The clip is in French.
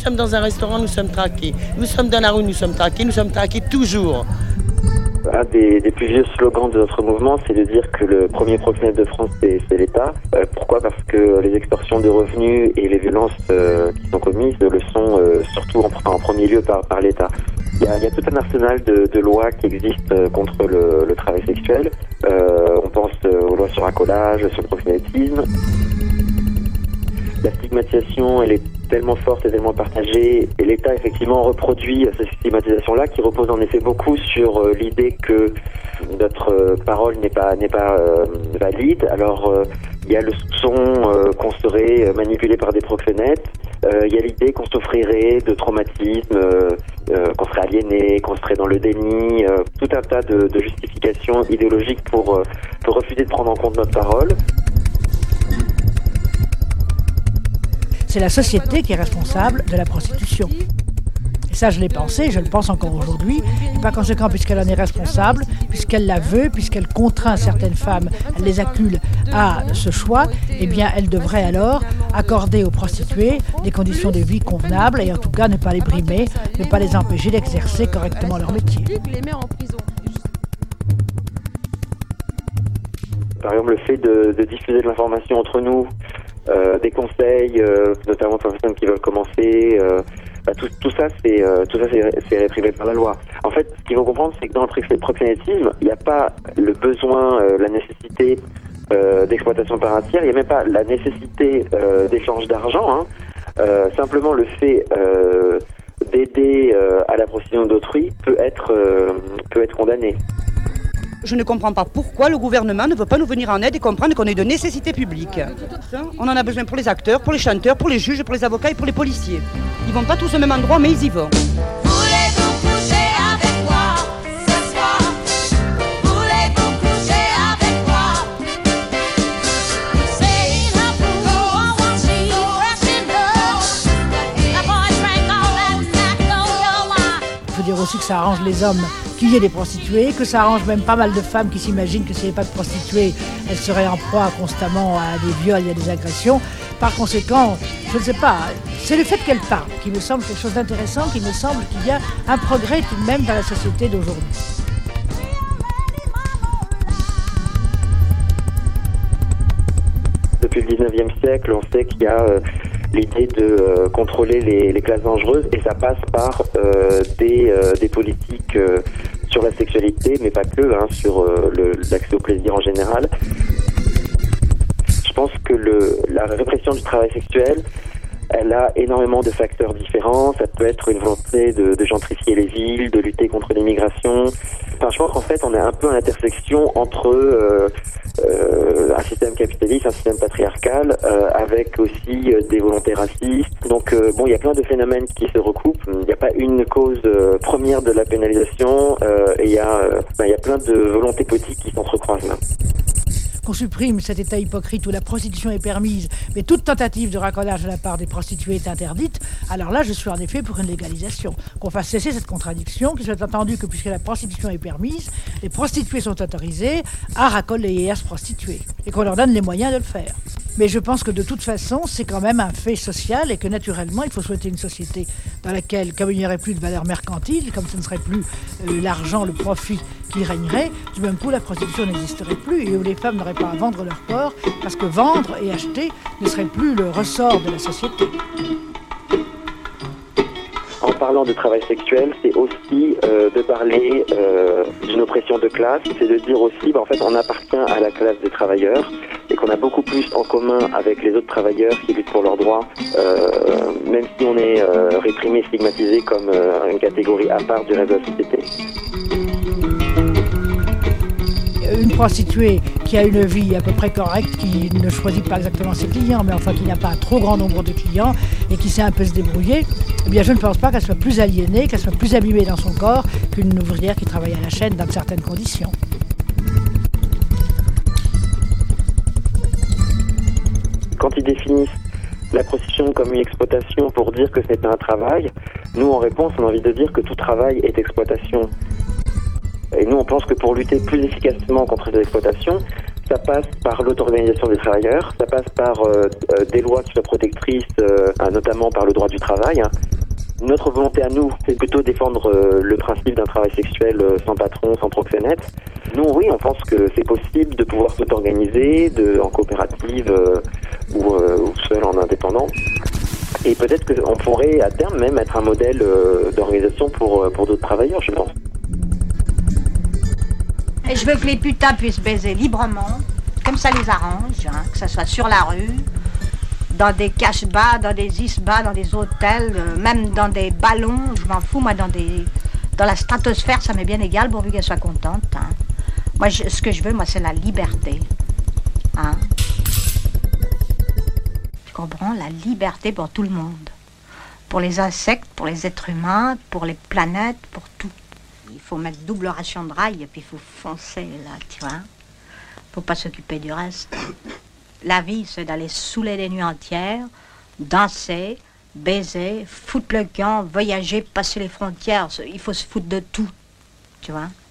sommes dans un restaurant, nous sommes traqués. Nous sommes dans la rue, nous sommes traqués toujours. Un des plus vieux slogans de notre mouvement, c'est de dire que le premier proxénète de France, c'est l'État. Pourquoi ? Parce que les extorsions de revenus et les violences qui sont commises le sont surtout en premier lieu par l'État. Il y a tout un arsenal de lois qui existent contre le travail sexuel. On pense aux lois sur accolage, sur le proxénétisme. La stigmatisation, elle est tellement forte et tellement partagée, et l'État effectivement reproduit cette stigmatisation-là qui repose en effet beaucoup sur l'idée que notre parole n'est pas valide. Alors il y a le soupçon qu'on serait manipulé par des proxénètes, il y a l'idée qu'on souffrirait de traumatisme, qu'on serait aliéné, qu'on serait dans le déni, tout un tas de justifications idéologiques pour refuser de prendre en compte notre parole. C'est la société qui est responsable de la prostitution. Et ça, je l'ai pensé, je le pense encore aujourd'hui. Et par conséquent, puisqu'elle en est responsable, puisqu'elle la veut, puisqu'elle contraint certaines femmes, elle les accule à ce choix, eh bien, elle devrait alors accorder aux prostituées des conditions de vie convenables et en tout cas ne pas les brimer, ne pas les empêcher d'exercer correctement leur métier. Par exemple, le fait de diffuser de l'information entre nous, des conseils, notamment pour les personnes qui veulent commencer, tout ça c'est réprimé par la loi. En fait, ce qu'il faut comprendre, c'est que dans le proxénétisme, il n'y a pas le besoin, la nécessité d'exploitation par un tiers, il n'y a même pas la nécessité d'échange d'argent. Simplement le fait d'aider à la prostitution d'autrui peut être condamné. Je ne comprends pas pourquoi le gouvernement ne veut pas nous venir en aide et comprendre qu'on est de nécessité publique. On en a besoin pour les acteurs, pour les chanteurs, pour les juges, pour les avocats et pour les policiers. Ils vont pas tous au même endroit, mais ils y vont. Voulez-vous coucher avec moi ce soir? Voulez-vous coucher avec moi? Say love, go on, won't you? Rushing love. The boy drank all that snack on your mind. Il faut dire aussi que ça arrange les hommes qu'il y ait des prostituées, que ça arrange même pas mal de femmes qui s'imaginent que s'il n'y avait pas de prostituées, elles seraient en proie constamment à des viols et à des agressions. Par conséquent, je ne sais pas, c'est le fait qu'elle parle qui me semble quelque chose d'intéressant, qui me semble qu'il y a un progrès tout de même dans la société d'aujourd'hui. Depuis le 19e siècle, on sait qu'il y a l'idée de contrôler les classes dangereuses, et ça passe par des politiques sur la sexualité, mais pas que, sur l'accès au plaisir en général. Je pense que la répression du travail sexuel, elle a énormément de facteurs différents. Ça peut être une volonté de gentrifier les villes, de lutter contre l'immigration. Enfin, je pense qu'en fait, on est un peu à l'intersection entre un système capitaliste, un système patriarcal, avec aussi des volontés racistes. Donc, il y a plein de phénomènes qui se recoupent. Il n'y a pas une cause première de la pénalisation, et il y a plein de volontés politiques qui s'entrecroisent là. Qu'on supprime cet état hypocrite où la prostitution est permise, mais toute tentative de racolage de la part des prostituées est interdite, alors là, je suis en effet pour une légalisation. Qu'on fasse cesser cette contradiction, qu'il soit entendu que puisque la prostitution est permise, les prostituées sont autorisées à racoler et à se prostituer, et qu'on leur donne les moyens de le faire. Mais je pense que de toute façon, c'est quand même un fait social et que naturellement, il faut souhaiter une société dans laquelle, comme il n'y aurait plus de valeur mercantile, comme ce ne serait plus l'argent, le profit qui régnerait, du même coup, la prostitution n'existerait plus et où les femmes n'auraient pas à vendre leur corps parce que vendre et acheter ne serait plus le ressort de la société. En parlant de travail sexuel, c'est aussi de parler d'une oppression de classe. C'est de dire aussi, en fait, on appartient à la classe des travailleurs et qu'on a beaucoup plus en commun avec les autres travailleurs qui luttent pour leurs droits, même si on est réprimé, stigmatisé comme une catégorie à part du reste de la société. Une prostituée qui a une vie à peu près correcte, qui ne choisit pas exactement ses clients, mais enfin qui n'a pas un trop grand nombre de clients et qui sait un peu se débrouiller, eh bien je ne pense pas qu'elle soit plus aliénée, qu'elle soit plus abîmée dans son corps qu'une ouvrière qui travaille à la chaîne dans certaines conditions. Quand ils définissent la prostitution comme une exploitation pour dire que c'est un travail, nous en réponse on a envie de dire que tout travail est exploitation. Et nous, on pense que pour lutter plus efficacement contre les exploitations, Ça passe par l'auto-organisation des travailleurs, ça passe par des lois qui soient protectrices, notamment par le droit du travail. Notre volonté à nous, c'est plutôt défendre le principe d'un travail sexuel sans patron, sans proxénète. Nous, oui, on pense que c'est possible de pouvoir s'auto-organiser en coopérative ou seul en indépendant. Et peut-être qu'on pourrait à terme même être un modèle d'organisation pour d'autres travailleurs, je pense. Et je veux que les putains puissent baiser librement, comme ça les arrange, hein, que ça soit sur la rue, dans des cache-bas, dans des isbas, dans des hôtels, même dans des ballons, je m'en fous, moi, dans la stratosphère, ça m'est bien égal, pourvu qu'elle soit contente. Hein. Moi, ce que je veux, moi, c'est la liberté. Hein. Tu comprends? La liberté pour tout le monde. Pour les insectes, pour les êtres humains, pour les planètes, pour tout. Il faut mettre double ration de rail et puis il faut foncer, là, tu vois. Faut pas s'occuper du reste. La vie, c'est d'aller saouler des nuits entières, danser, baiser, foutre le camp, voyager, passer les frontières. Il faut se foutre de tout, tu vois.